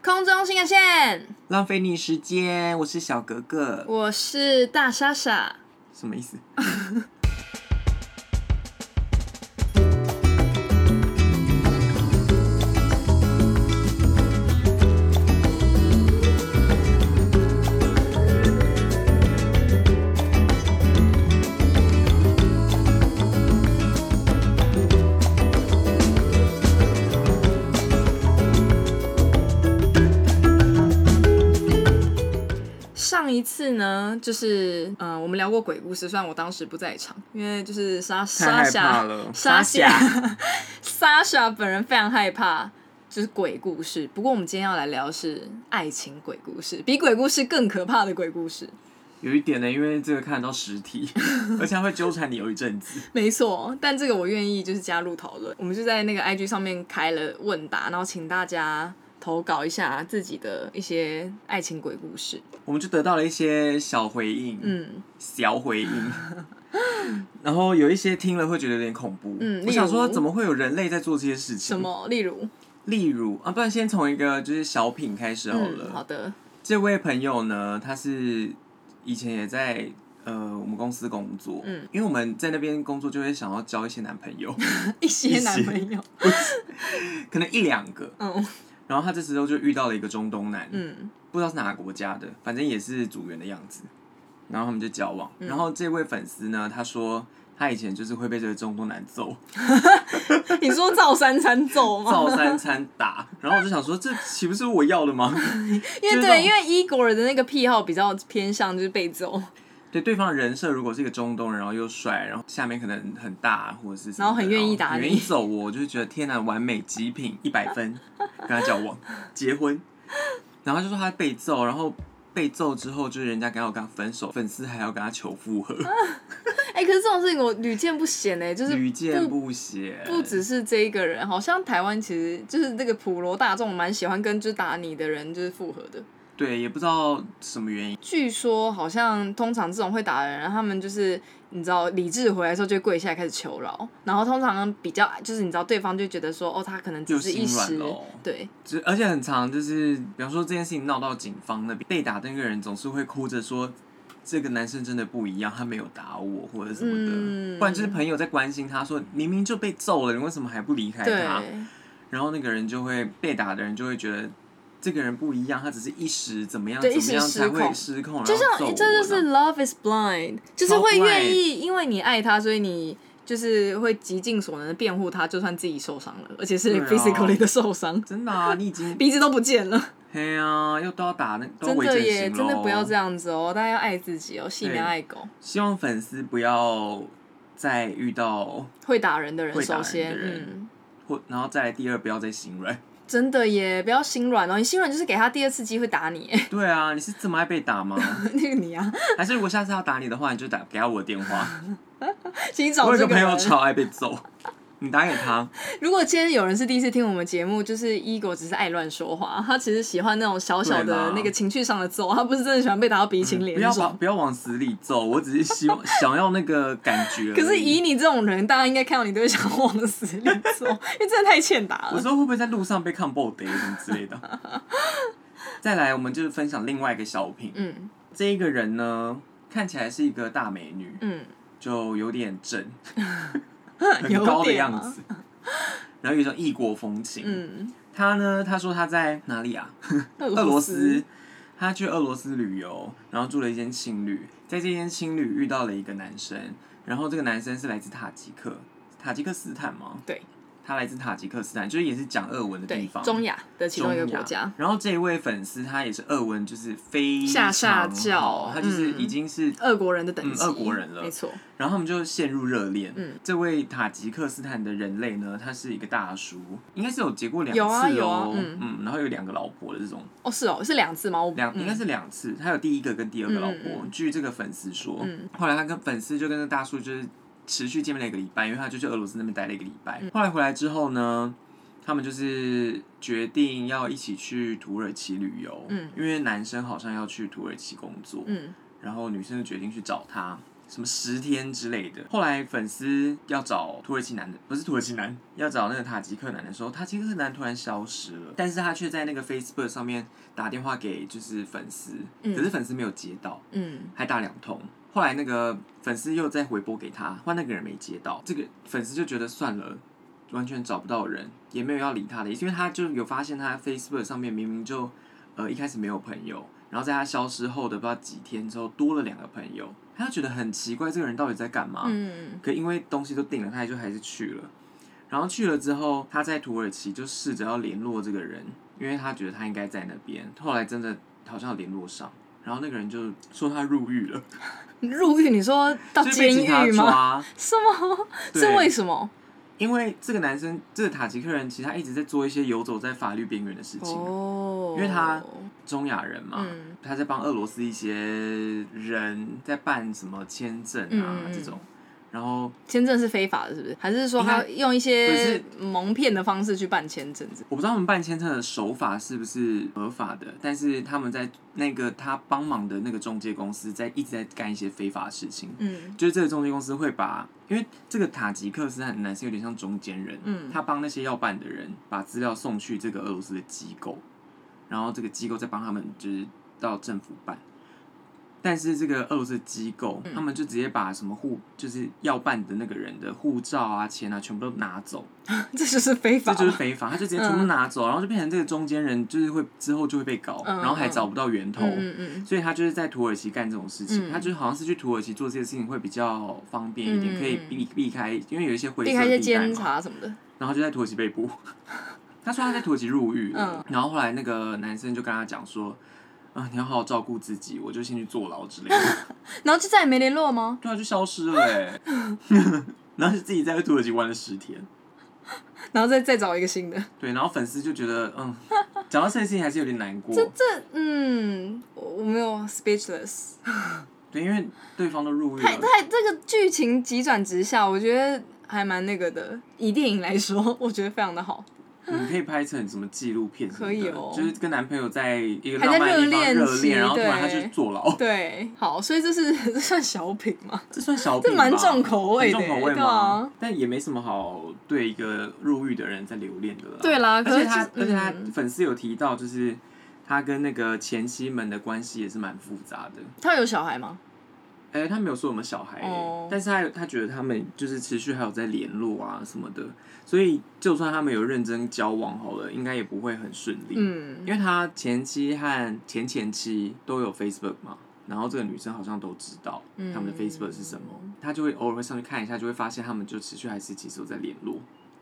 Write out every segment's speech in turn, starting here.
空中新干线， 浪费你时间，我是小格格， 我是大莎莎。 什么意思？ 上一次呢，就是我们聊过鬼故事，虽然我当时不在场，因为就是莎本人非常害怕，就是鬼故事。不过我们今天要来聊的是爱情鬼故事，比鬼故事更可怕的鬼故事。 有一点呢，因为这个看得到实体，而且它会纠缠你有一阵子。 没错，但这个我愿意就是加入讨论。我们就在那个 IG 上面开了问答，然后请大家投稿一下自己的一些爱情鬼故事， 我们就得到了一些小回应，小回应。然后有一些听了会觉得有点恐怖，我想说怎么会有人类在做这些事情？ 什么？例如啊，不然先从一个就是小品开始好了。 好的。 这位朋友呢，他是以前也在我们公司工作，因为我们在那边工作就会想要交一些男朋友， 一些男朋友， 可能一两个，然后他这时候就遇到了一个中东男，不知道是哪个国家的，反正也是组员的样子，然后他们就交往，然后这位粉丝呢，他说他以前就是会被这个中东男揍， 你说照三餐揍吗？ 照三餐打，然后我就想说，这岂不是我要的吗？ 因为伊果尔的那个癖好比较偏向就是被揍。 对方的人设如果是一个中东人，然后又帅，然后下面可能很大或者是什么， 然后很愿意打你， 很愿意揍我就觉得天哪，完美极品100分，跟他交往结婚，然后就说他被揍，然后被揍之后就是人家刚好跟他分手，粉丝还要跟他求复合。 可是这种事情我屡见不鲜就是屡见不鲜， 不只是这一个人，好像台湾其实就是这个普罗大众蛮喜欢跟就是打你的人就是复合的。 对，也不知道什么原因。 据说好像通常这种会打的人，他们就是你知道理智回来的时候就会跪下来开始求饶，然后通常比较就是你知道对方就觉得说他可能只是一时，对， 而且很常就是比方说这件事情闹到警方那边，被打的那个人总是会哭着说这个男生真的不一样，他没有打我或者什么的，不然就是朋友在关心他说明明就被揍了，你为什么还不离开他？然后那个人就会被打的人就会觉得。这个人不一样，他只是一时怎么样才会失控， 就像这就是 love is blind， 就是会愿意因为你爱他，所以你就是会极尽所能的辩护他，就算自己受伤了，而且是 physically 的受伤。 真的啊，你已经鼻子都不见了。 嘿啊，又都要打真的耶，真的不要这样子大家要爱自己细苗爱狗。 希望粉丝不要再遇到会打人的人，首先然后再来第二，不要再心软。 真的耶，不要心软你心软就是给他第二次机会打你。 对啊，你是这么爱被打吗？ 那个你啊， 还是如果下次要打你的话，你就给他我的电话。 请找我有个朋友超爱被揍，你打给他。 如果今天有人是第一次听我们节目，就是Igor只是爱乱说话，他其实喜欢那种小小的那个情绪上的揍，他不是真的喜欢被打到鼻青脸肿。 不要往死里揍，我只是想要那个感觉。 可是以你这种人，大家应该看到你都会想往死里揍，因为真的太欠打了。 我说会不会在路上被看爆的什么之类的？再来，我们就是分享另外一个小品。这一个人呢，看起来是一个大美女，就有点正。很高的样子，然后有一种异国风情。他说他在哪里啊？俄罗斯。他去俄罗斯旅游，然后住了一间青旅，在这间青旅遇到了一个男生，然后这个男生是来自塔吉克斯坦吗？对。他来自塔吉克斯坦，就是也是讲俄文的地方， 中亚的其中一个国家。 然后这一位粉丝他也是俄文就是非常好，他就是已经是俄国人的等级， 俄国人了， 没错。 然后他们就陷入热恋。这位塔吉克斯坦的人类呢，他是一个大叔，应该是有结过2次然后有2个老婆的这种。 是2次吗？ 应该是2次，他有第一个跟第2个老婆。据这个粉丝说，后来他跟粉丝就跟那大叔就是。持续见面了1个礼拜，因为他就去俄罗斯那边待了1个礼拜。后来回来之后呢，他们就是决定要一起去土耳其旅游。因为男生好像要去土耳其工作，然后女生就决定去找他。 什么10天之类的。后来粉丝要找土耳其男的，不是土耳其男，要找那个塔吉克男的时候，塔吉克男突然消失了，但是他却在那个 Facebook 上面打电话给就是粉丝，可是粉丝没有接到，还打2通。后来那个粉丝又再回拨给他，换那个人没接到，这个粉丝就觉得算了，完全找不到人，也没有要理他的意思，因为他就有发现他 Facebook 上面明明就一开始没有朋友，然后在他消失后的不知道几天之后多了2个朋友，他就觉得很奇怪，这个人到底在干嘛？可因为东西都定了，他就还是去了。然后去了之后，他在土耳其就试着要联络这个人，因为他觉得他应该在那边。后来真的好像有联络上，然后那个人就说他入狱了。 入狱？你说到监狱吗？什么？是为什么？ 因为这个男生，这个塔吉克人，其实他一直在做一些游走在法律边缘的事情。因为他中亚人嘛，他在帮俄罗斯一些人在办什么签证啊这种。然后签证是非法的，是不是？还是说他用一些蒙骗的方式去办签证？ 我不知道他们办签证的手法是不是合法的，但是他们在那个他帮忙的那个中介公司一直在干一些非法的事情。就是这个中介公司会把，因为这个塔吉克斯坦男生有点像中间人，他帮那些要办的人把资料送去这个俄罗斯的机构，然后这个机构再帮他们就是到政府办。但是这个俄罗斯的机构，他们就直接把什么就是要办的那个人的护照啊、钱啊，全部都拿走。 这就是非法。 这就是非法，他就直接全部拿走，然后就变成这个中间人，就是之后就会被告，然后还找不到源头。所以他就是在土耳其干这种事情，他就好像是去土耳其做这些事情会比较方便一点，可以避开，因为有一些灰色地带嘛， 避开一些监察什么的。 然后就在土耳其被捕。他说他在土耳其入狱了，然后后来那个男生就跟他讲说。你要好好照顾自己，我就先去坐牢之类的。 然后就再也没联络吗？ 对啊，就消失了然后就自己在土耳其玩了10天， 然后再找一个新的。 对，然后粉丝就觉得，讲到这件事情还是有点难过。 我没有 speechless。 对，因为对方都入狱了。 这个剧情急转直下，我觉得还蛮那个的。以电影来说，我觉得非常的好。 你可以拍成什么纪录片什么的， 可以哦， 就是跟男朋友在一个浪漫的地方热恋，然后突然他去坐牢。 对，好，所以这算小品吗？ 这算小品吧， 这蛮重口味的， 重口味吗？但也没什么好对一个入狱的人在留恋的啦。 对啦， 而且他粉丝有提到，就是他跟那个前妻们的关系也是蛮复杂的。 他有小孩吗？ 他没有说有没有小孩，但是他觉得他们就是持续还有在联络啊什么的，所以就算他们有认真交往好了，应该也不会很顺利。因为他前妻和前妻都有 Facebook 嘛，然后这个女生好像都知道他们的 Facebook 是什么，他就会偶尔会上去看一下，就会发现他们就持续还是其实有在联络。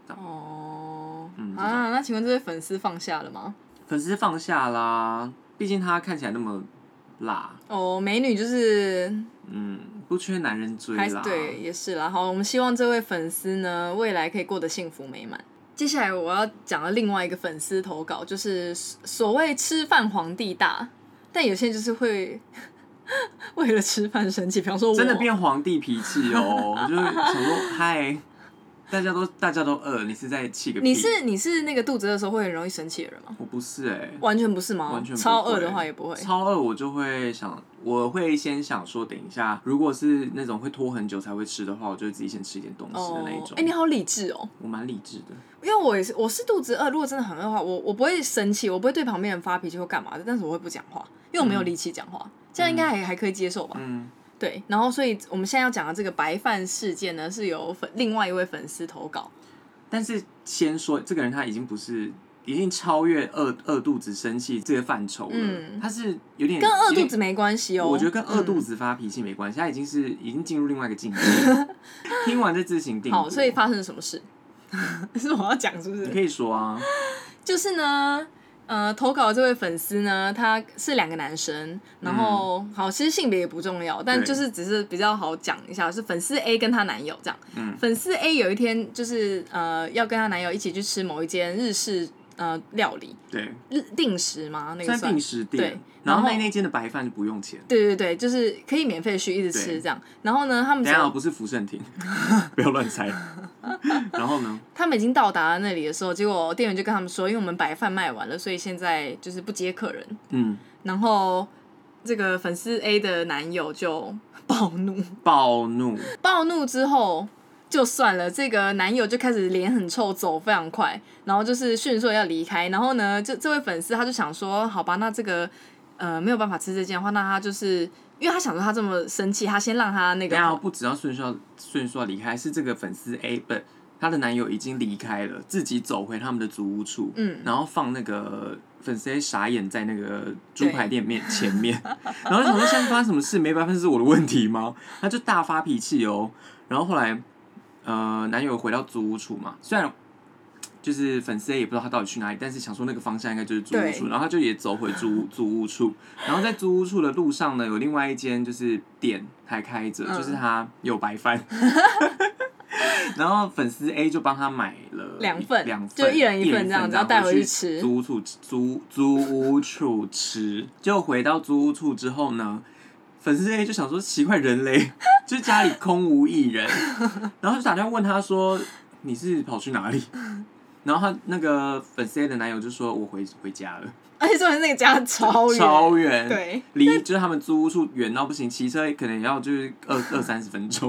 那请问这位粉丝放下了吗？ 粉丝放下啦，毕竟他看起来那么辣。 美女就是不缺男人追啦。 对，也是啦。好，我们希望这位粉丝呢，未来可以过得幸福美满。接下来我要讲的另外一个粉丝投稿，就是所谓吃饭皇帝大，但有些人就是会为了吃饭生气，比方说我真的变皇帝脾气哦，我就想说嗨。大家都饿，你是在气个屁？ 你是那个肚子饿的时候会很容易生气的人吗？ 我不是完全不是吗？ 完全不会。 超饿的话也不会。 超饿我就会我会先想说，等一下，如果是那种会拖很久才会吃的话，我就会自己先吃一点东西的那一种。 你好理智哦。 我蛮理智的， 因为我是肚子饿，如果真的很饿的话，我不会生气，我不会对旁边人发脾气或干嘛的，但是我会不讲话，因为我没有力气讲话，这样应该还可以接受吧？对，然后所以我们现在要讲的这个白饭事件呢，是由另外一位粉丝投稿。 但是先说，这个人他已经超越饿肚子生气这个范畴了，他是有点跟饿肚子没关系哦。 我觉得跟饿肚子发脾气没关系，他已经进入另外一个境界。听完再自行定夺。 好，所以发生了什么事？是我要讲是不是？ 你可以说啊。 就是呢。投稿的这位粉丝呢，他是2个男生，然后好，其实性别也不重要，但就是只是比较好讲一下，是粉丝 A 跟她男友这样。粉丝 A 有一天就是要跟她男友一起去吃某一间日式料理， 对， 定时嘛，那个算定时店，对。然后那间的白饭就不用钱， 对，就是可以免费去一直吃这样。然后呢，他们等一下不是福盛亭，不要乱猜。然后呢， 他们已经到达了那里的时候，结果店员就跟他们说，因为我们白饭卖完了，所以现在就是不接客人。然后这个粉丝 A 的男友就暴怒之后就算了，这个男友就开始脸很臭，走非常快，然后就是迅速要离开。然后呢，这位粉丝他就想说，好吧，那这个没有办法吃这件的话，那他就是因为他想说他这么生气，他先让他那个不只要迅速要离开，是这个粉丝 A 不。她的男友已经离开了，自己走回他们的租屋处，然后放那个粉丝 A 傻眼在那个猪排店前面，然后就想说现在发生什么事？没办法，是我的问题吗？他就大发脾气哦。然后后来，男友回到租屋处嘛，虽然就是粉丝 A 也不知道他到底去哪里，但是想说那个方向应该就是租屋处，然后他就也走回租屋处，然后在租屋处的路上呢，有另外一间就是店还开着，就是他有白饭。然后粉丝 A 就帮他买了两份， 就一人一份这样子，要带回去吃。 租屋处吃，结果回到租屋处之后呢，粉丝 A 就想说奇怪人嘞，就是家里空无一人，然后就打电话问他说你是跑去哪里？然后他那个粉丝 A 的男友就说我回家了。 而且重点那个家超远， 对， 离就是他们租屋处远到不行，骑车可能也要就是20-30分钟。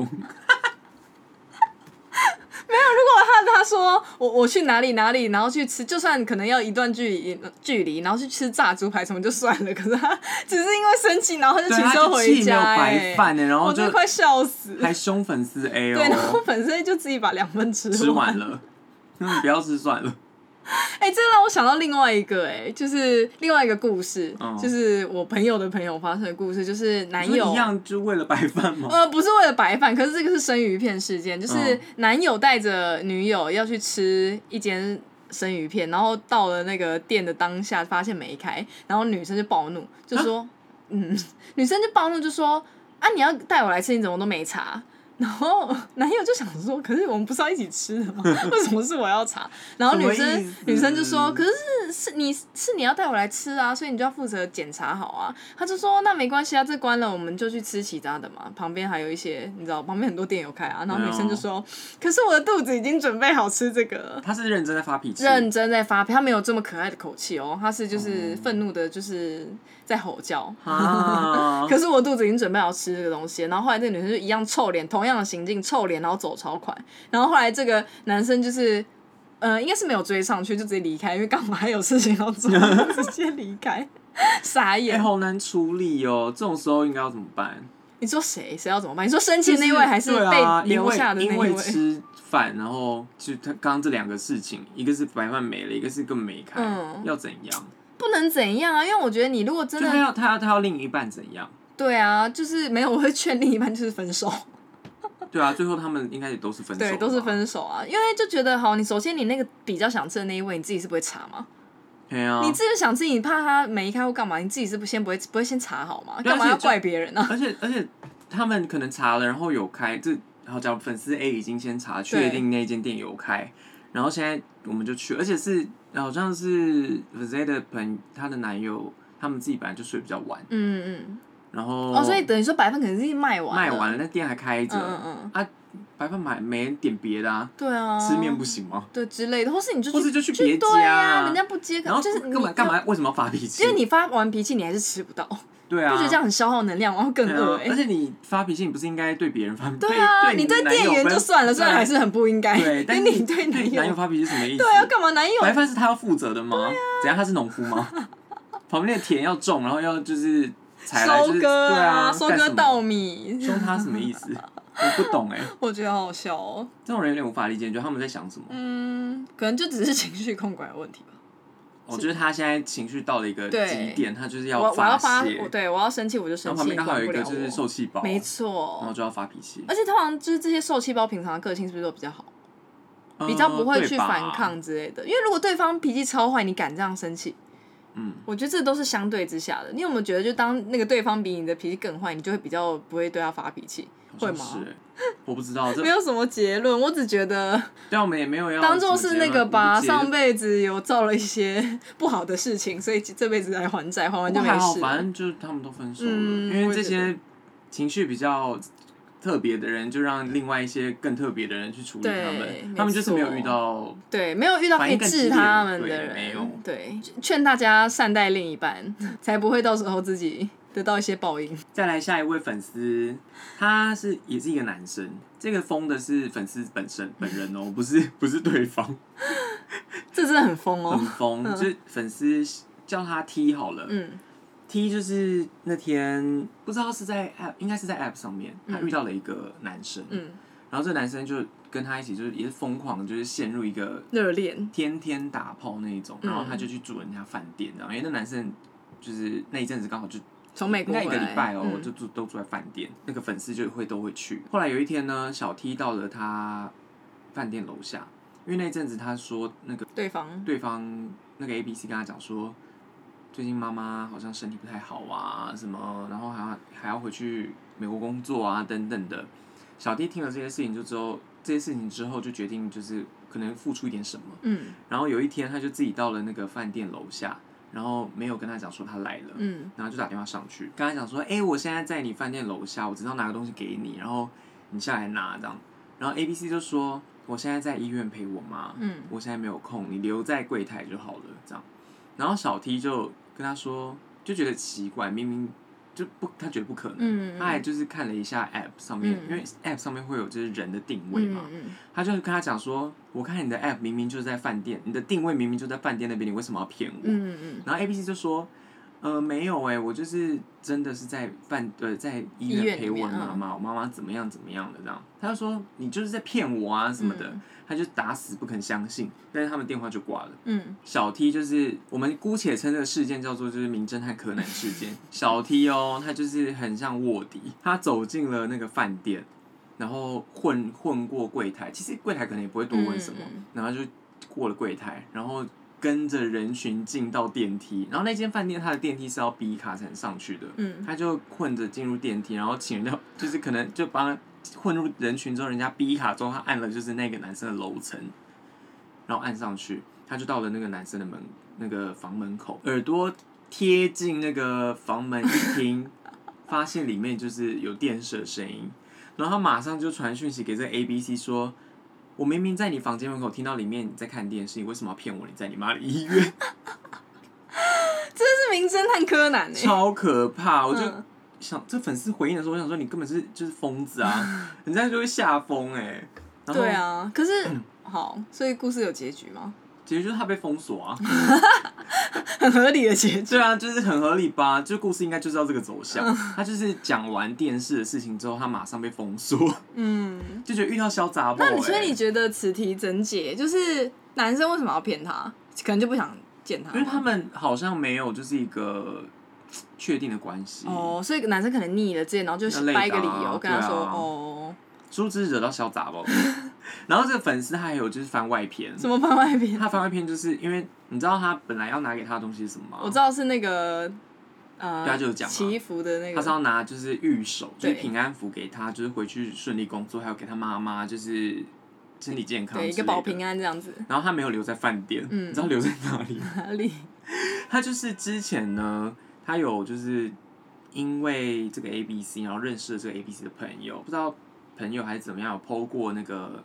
没有，如果他说我去哪里，然后去吃，就算可能要一段距离，然后去吃炸猪排什么就算了。可是他只是因为生气，然后他就骑车回家， 白饭然后就快笑死， 还凶粉丝 A 哦。 对，然后粉丝 A 就自己把2份吃完了，那你不要吃算了。 这让我想到另外一个就是另外一个故事，就是我朋友的朋友发生的故事，就是男友一样就为了白饭吗？ 不是为了白饭，可是这个是生鱼片事件，就是男友带着女友要去吃一间生鱼片，然后到了那个店的当下发现没开，然后女生就暴怒，就说女生就暴怒就说啊你要带我来吃，你怎么都没查？然后男友就想说，可是我们不是要一起吃的吗？为什么是我要查？然后女生就说，可是你要带我来吃啊，所以你就要负责检查好啊。他就说那没关系啊，这关了我们就去吃其他的嘛，旁边还有一些你知道，旁边很多店有开啊。然后女生就说，可是我的肚子已经准备好吃这个了。 他是认真在发脾气， 他没有这么可爱的口气哦，他是就是愤怒的，就是在吼叫。可是我肚子已经准备好吃这个东西了，然后后来这个女生就一样臭脸，同样的行径臭脸，然后走超快，然后后来这个男生就是应该是没有追上去，就直接离开，因为刚好还有事情要做，直接离开，傻眼。 好难处理哦，这种时候应该要怎么办？ 你说谁要怎么办？你说生气的那位还是被留下的那一位？ 因为吃饭，然后就他刚刚这2个事情，一个是白饭没了，一个是根本没开，要怎样？ 不能怎样啊，因为我觉得你如果真的他要另一半怎样？ 对啊，就是没有，我会劝另一半就是分手。 对啊，最后他们应该也都是分手。 对，都是分手啊，因为就觉得好，你首先你那个比较想吃的那一位，你自己是不会查吗？ 对啊。你自己想吃，你怕他没开或干嘛？你自己是不会先查好吗？干嘛要怪别人啊？ 而且他们可能查了，然后有开，然后假如粉丝 A 已经先查确定那间店有开，然后现在我们就去，而且是好像是粉丝 A 的她的男友，他们自己本来就睡比较晚。然后所以等于说白饭可能是卖完了， 那店还开着。白饭买没人点别的啊？ 对啊， 吃面不行吗？ 对之类的，或是你就去别家啊，人家不接， 然后就是干嘛？为什么要发脾气？ 因为你发完脾气，你还是吃不到。 对啊， 不觉得这样很消耗能量，然后更饿而且你发脾气，你不是应该对别人发脾气？ 对啊，你对店员就算了，虽然还是很不应该。 对，但你对男友发脾气是什么意思？ 对啊，干嘛男友？ 白饭是他要负责的吗？怎样？他是农夫吗？旁边的田要种，然后要就是收割啊， 收割稻米。 凶他什么意思？我不懂我觉得好好笑哦。 这种人有点无法理解，你觉得他们在想什么？ 可能就只是情绪控管的问题吧。 我觉得他现在情绪到了一个极点，他就是要发泄。 我要生气我就生气。 然后旁边刚好有一个就是受气包， 没错， 然后就要发脾气。 而且通常就是这些受气包平常的个性是不是都比较好？比较不会去反抗之类的。因为如果对方脾气超坏，你敢这样生气？我觉得这都是相对之下的。你有没有觉得，就当那个对方比你的脾气更坏，你就会比较不会对他发脾气？会吗？ 我不知道， 没有什么结论，我只觉得， 对，我们也没有要当做是那个吧，上辈子有造了一些不好的事情，所以这辈子来还债，还完就没事。 反正就是他们都分手了，因为这些情绪比较特别的人，就让另外一些更特别的人去处理他们，他们就是没有遇到， 没有遇到可以治他们的人， 没有， 对，劝大家善待另一半，才不会到时候自己得到一些报应。 再来下一位粉丝，他也是一个男生，这个疯的是粉丝本人哦，不是对方。 这真的很疯哦， 很疯，就是粉丝叫他 T 好了。T 就是那天不知道是在 App， 应该是在 App 上面，他遇到了一个男生。然后这个男生就跟他一起，就是也是疯狂，就是陷入一个热恋， 天天打炮那一种。然后他就去住人家饭店，然后因为那男生就是那一阵子刚好就从美国回来， 应该一个礼拜哦，就都住在饭店。那个粉丝就都会去。后来有一天呢，小 T 到了他饭店楼下，因为那一阵子他说那个对方那个 ABC 跟他讲说，最近妈妈好像身体不太好啊什么，然后还要回去美国工作啊等等的。小 T 听了这些事情之后就决定就是可能付出一点什么。然后有一天他就自己到了那个饭店楼下，然后没有跟他讲说他来了。然后就打电话上去跟他讲说，我现在在你饭店楼下，我只要拿个东西给你，然后你下来拿这样。然后 ABC 就说，我现在在医院陪我妈，我现在没有空，你留在柜台就好了这样。然后小 T 就跟他说，就觉得奇怪，明明他觉得不可能。他还就是看了一下 App 上面，因为 App 上面会有就是人的定位嘛。他就跟他讲说，我看你的 App 明明就在饭店，你的定位明明就在饭店那边，你为什么要骗我？然后 ABC 就说，没有我就是真的是在医院陪我妈妈，我妈妈怎么样的这样。他就说你就是在骗我啊什么的。他就打死不肯相信，但是他们电话就挂了。小 T 就是我们姑且称这个事件叫做就是名侦探柯南事件。小 T 哦，他就是很像卧底，他走进了那个饭店，然后混过柜台，其实柜台可能也不会多问什么，然后就过了柜台，然后跟着人群进到电梯，然后那间饭店它的电梯是要逼卡才能上去的。他就混着进入电梯，然后请人家就是可能就帮他混入人群之后，人家逼卡之后，他按了就是那个男生的楼层，然后按上去，他就到了那个男生的那个房门口，耳朵贴近那个房门一听，发现里面就是有电视的声音，然后他马上就传讯息给这个 ABC 说，我明明在你房间门口听到里面你在看电视，你为什么要骗我？你在你妈的医院？ 这是名侦探柯南超可怕！我就想，这粉丝回应的时候，我想说你根本就是疯子啊！人家就会吓疯对啊，可是好，所以故事有结局吗？ 结局就是他被封锁啊， 很合理的结局。 对啊，就是很合理吧？就故事应该就是要这个走向。他就是讲完电视的事情之后，他马上被封锁，就觉得遇到小杂包。 那所以你觉得此题整解就是男生为什么要骗他？可能就不想见他， 因为他们好像没有就是一个确定的关系。 所以男生可能腻了之类，然后就掰一个理由跟他说殊不知惹到小杂包。然后这个粉丝他还有就是翻外篇。 什么翻外篇？ 他翻外篇就是因为你知道他本来要拿给他的东西是什么吗？ 我知道是那个他就有讲祈福的那个。 他是要拿就是御守，就是平安符给他，就是回去顺利工作，还有给他妈妈就是身体健康之类的， 对，一个保平安这样子。 然后他没有留在饭店，你知道留在哪里？ 哪里？ 他就是之前呢，他有就是因为这个 ABC， 然后认识了这个 ABC 的朋友，不知道朋友还是怎么样，有 po 过那个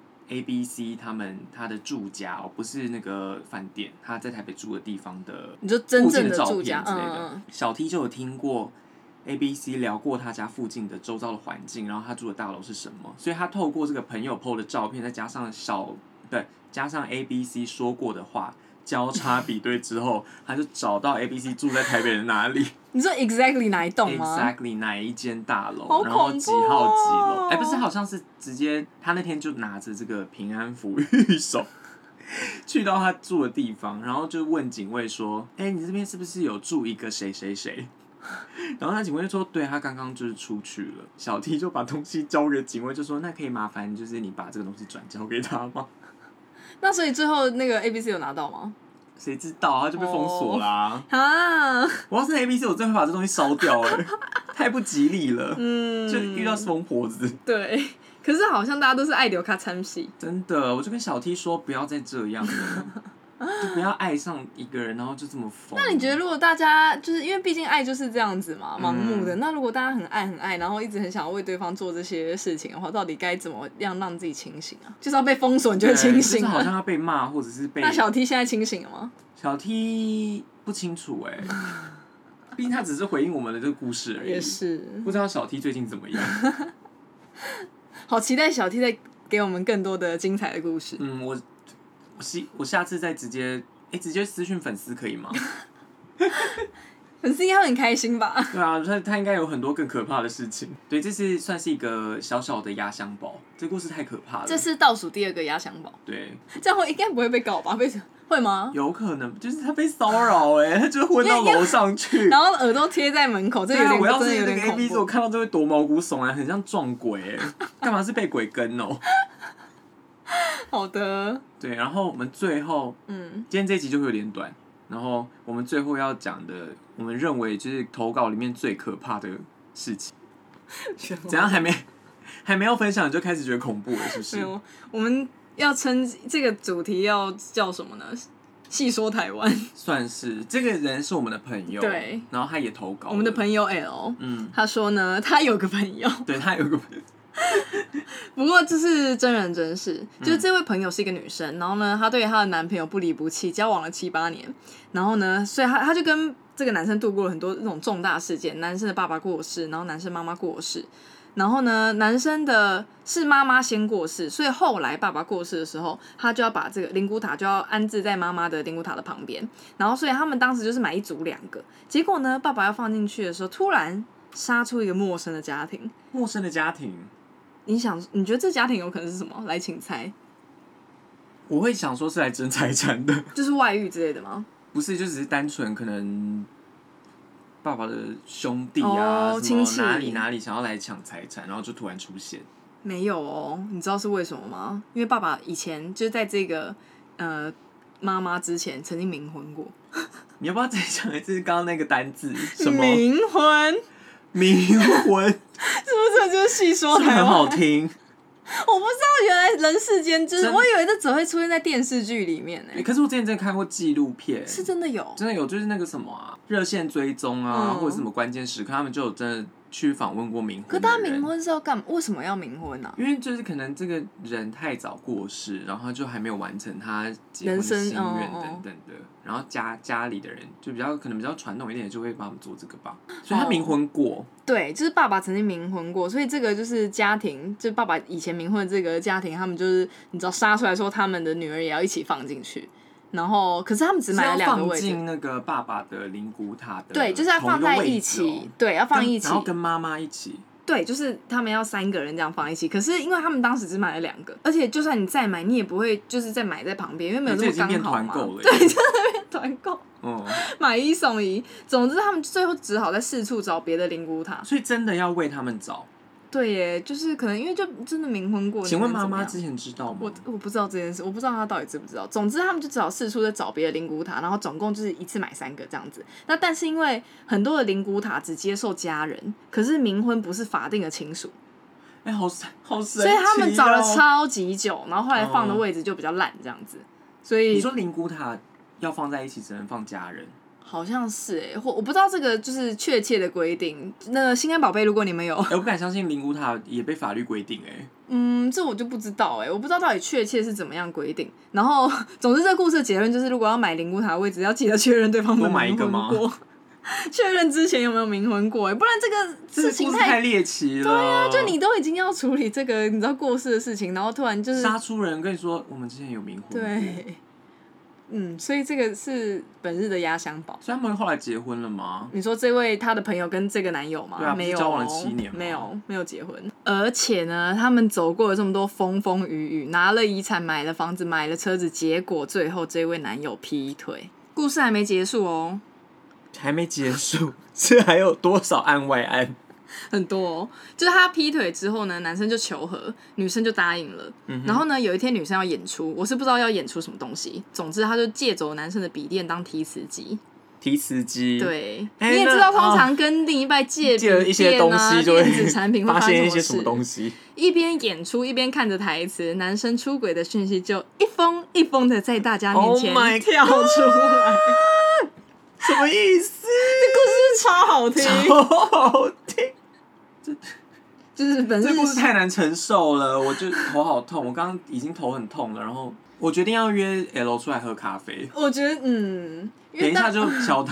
ABC 他的住家不是那个饭店，他在台北住的地方的， 你说真正的住家之类的。小 T 就有听过 ABC 聊过他家附近的周遭的环境，然后他住的大楼是什么，所以他透过这个朋友 po 的照片，再加上加上 ABC 说过的话。交叉比对之后，他就找到 ABC 住在台北的哪里。 你说 exactly 哪一栋吗 ？exactly 哪一间大楼， 好恐怖哦， 然后几号几楼？不是，好像是直接他那天就拿着这个平安符御守，去到他住的地方，然后就问警卫说：“你这边是不是有住一个谁谁谁？”然后那警卫就说：“对，他刚刚就是出去了。”小 T 就把东西交给警卫，就说：“那可以麻烦就是你把这个东西转交给他吗？” 那所以最后那个 ABC 有拿到吗？ 谁知道，他就被封锁啦。我要是 ABC， 我真会把这东西烧掉太不吉利了。就遇到疯婆子。 对，可是好像大家都是爱留卡参戏。 真的，我就跟小 T 说，不要再这样了。就不要爱上一个人，然后就这么疯。 那你觉得，如果大家就是因为毕竟爱就是这样子嘛，盲目的。那如果大家很爱，然后一直很想要为对方做这些事情的话，到底该怎么样让自己清醒啊？就是要被封锁，你就会清醒就是好像要被骂，或者是被。 那小 T 现在清醒了吗？ 小 T 不清楚毕竟他只是回应我们的这个故事而已。 也是。 不知道小 T 最近怎么样？ 好期待小 T 再给我们更多的精彩的故事。 我下次再直接私讯粉丝可以吗？ 粉丝应该会很开心吧？ 对啊，他应该有很多更可怕的事情。对，这算是一个小小的压箱宝，这故事太可怕了。 这是倒数第2个压箱宝。 对， 这样应该不会被告吧？会吗？ 有可能，就是他被骚扰他就混到楼上去， 然后耳朵贴在门口，这有点我要是有点恐怖。 AV 我看到就会躲毛骨悚然，很像撞鬼干嘛是被鬼跟哦？ 好的。 对，然后我们最后，今天这一集就会有点短。然后我们最后要讲的，我们认为就是投稿里面最可怕的事情。怎样还没有分享就开始觉得恐怖了，是不是？ 没有，我们要称这个主题要叫什么呢？细说台湾。算是，这个人是我们的朋友， 对， 然后他也投稿了。 我们的朋友 L，他说呢，他有个朋友， 对他有个朋友。 不过这是真人真事，就是这位朋友是一个女生，然后呢，她对她的男朋友不离不弃，交往了7-8年，然后呢，所以她就跟这个男生度过了很多那种重大事件，男生的爸爸过世，然后男生妈妈过世，然后呢，男生的是妈妈先过世，所以后来爸爸过世的时候，他就要把这个灵骨塔就要安置在妈妈的灵骨塔的旁边，然后所以他们当时就是买一组2个，结果呢，爸爸要放进去的时候，突然杀出一个陌生的家庭。 陌生的家庭。 你觉得这家庭有可能是什么？来，请猜。 我会想说是来争财产的， 就是外遇之类的吗？ 不是，就只是单纯可能爸爸的兄弟啊， 亲戚哪里想要来抢财产，然后就突然出现。 没有哦，你知道是为什么吗？因为爸爸以前就是在这个妈妈之前曾经冥婚过。 你要不要再讲一次刚刚那个单字？什么？ 冥婚。 冥婚。 是不是就是细说台湾？ 很好听。 我不知道，原来人世间就是，我以为这只会出现在电视剧里面可是我之前真的看过纪录片， 是真的有， 就是那个什么热线追踪啊，或者什么关键时刻，他们就有真的去访问过冥婚的人。 可大家冥婚是要干嘛？为什么要冥婚啊？ 因为就是可能这个人太早过世，然后他就还没有完成他结婚的心愿等等的，然后家里的人就可能比较传统一点，就会帮他们做这个吧。所以他冥婚过。对， 就是爸爸曾经冥婚过，所以这个就是家庭，就爸爸以前冥婚的这个家庭，他们就是你知道杀出来说他们的女儿也要一起放进去。然后，可是他们只买了2个位置， 是要放进那个爸爸的灵骨塔的， 对，就是要放在一起，对，要放一起， 然后跟妈妈一起， 对，就是他们要3个人这样放一起。可是因为他们当时只买了2个，而且就算你再买，你也不会就是再买在旁边，因为没有那么刚好嘛。对，就在那边团购，买1送1。总之，他们最后只好在4处找别的灵骨塔， 所以真的要为他们找。 对耶，就是可能因为就真的冥婚过。 请问妈妈之前知道吗？ 我不知道这件事，我不知道她到底知不知道。总之他们就只好四处在找别的灵骨塔，然后总共就是一次买3个这样子。那但是因为很多的灵骨塔只接受家人，可是冥婚不是法定的亲属。 好神奇所以他们找了超级久，然后后来放的位置就比较烂这样子。所以你说灵骨塔要放在一起，只能放家人。 好像是我不知道这个就是确切的规定。那个心肝宝贝，如果你们有， 我不敢相信灵骨塔也被法律规定这我就不知道我不知道到底确切是怎么样规定。然后，总之这故事的结论就是，如果要买灵骨塔的位置，要记得确认对方有没有冥婚过，确认之前有没有冥婚过不然这个事情太猎奇了。 对啊，就你都已经要处理这个你知道过世的事情，然后突然就是杀出人跟你说我们之前有冥婚过。 对。所以这个是本日的压箱宝。 所以他们后来结婚了吗？ 你说这位他的朋友跟这个男友吗？ 对啊， 没有， 交往了7年吗？ 没有结婚。而且呢，他们走过了这么多风风雨雨，拿了遗产，买了房子，买了车子，结果最后这位男友劈腿。故事还没结束哦， 还没结束，这还有多少案外案？ 很多就是他劈腿之后呢，男生就求和，女生就答应了。然后呢，有一天女生要演出，我是不知道要演出什么东西。总之，他就借走男生的笔电当提词机。提词机，对，你也知道，通常跟另一半借笔一些东西，就会电子产品会发现一些什么东西。 一边演出一边看着台词，男生出轨的讯息就一封一封的在大家面前跳出来。 什么意思？ 这故事超好听， 超好听。 就是这故事太难承受了，我就头好痛。我刚刚已经头很痛了，然后我决定要约 L 出来喝咖啡。 我觉得， 等一下就敲他。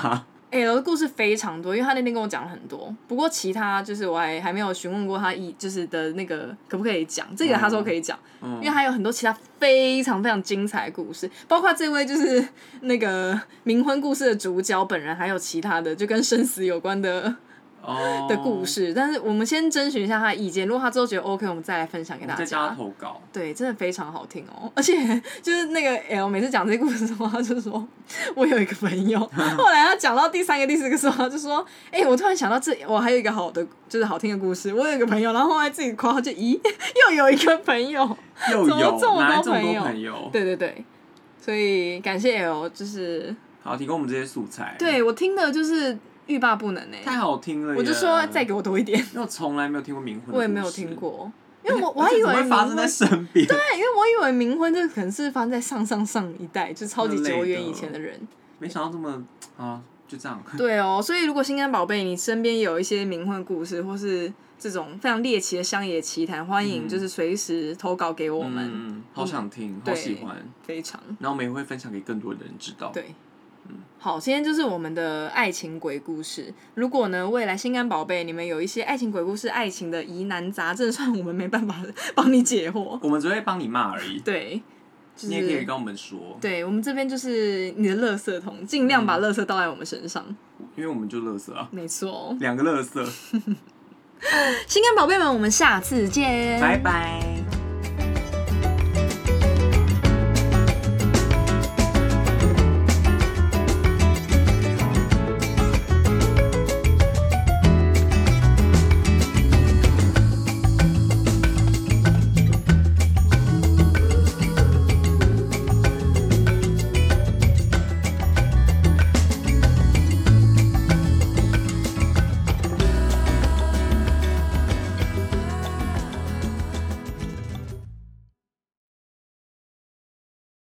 L 的故事非常多，因为他那天跟我讲了很多。不过其他就是我还没有询问过他就是的那个可不可以讲，这个他说可以讲，因为还有很多其他非常非常精彩的故事，包括这位就是那个冥婚故事的主角本人，还有其他的就跟生死有关的故事，但是我们先征询一下他的意见，如果他之后觉得 OK， 我们再来分享给大家。 再加投稿， 对，真的非常好听哦！而且就是那个 L 每次讲这些故事的时候，他就说我有一个朋友，后来他讲到第3个、第4个时候，他就说，我突然想到我还有一个就是好听的故事，我有一个朋友，然后后来自己夸，就又有一个朋友， 又有这么多朋友， 对，所以感谢 L， 就是好提供我们这些素材。 对我听的就是欲罢不能太好听了耶！ 我就说再给我多一点。 因为我从来没有听过冥婚的故事， 我也没有听过，因为我还以为会发生在身边。 对，因为我以为冥婚这可能是发生在上一代，就超级久远以前的人。 没想到这么就这样。 对哦，所以如果心肝宝贝你身边有一些冥婚故事，或是这种非常猎奇的乡野奇谈，欢迎就是随时投稿给我们。 好想听，好喜欢， 非常。 然后我们也会分享给更多的人知道。 对。好，今天就是我们的爱情鬼故事。如果呢，未来心肝宝贝你们有一些爱情鬼故事、爱情的疑难杂症，虽然我们没办法帮你解惑， 我们只会帮你骂而已。 对，就是、 你也可以跟我们说。对， 我们这边就是你的垃圾桶，尽量把垃圾倒在我们身上。 因为我们就垃圾啊。 没错， 2个垃圾。 心肝宝贝们，我们下次见， 拜拜。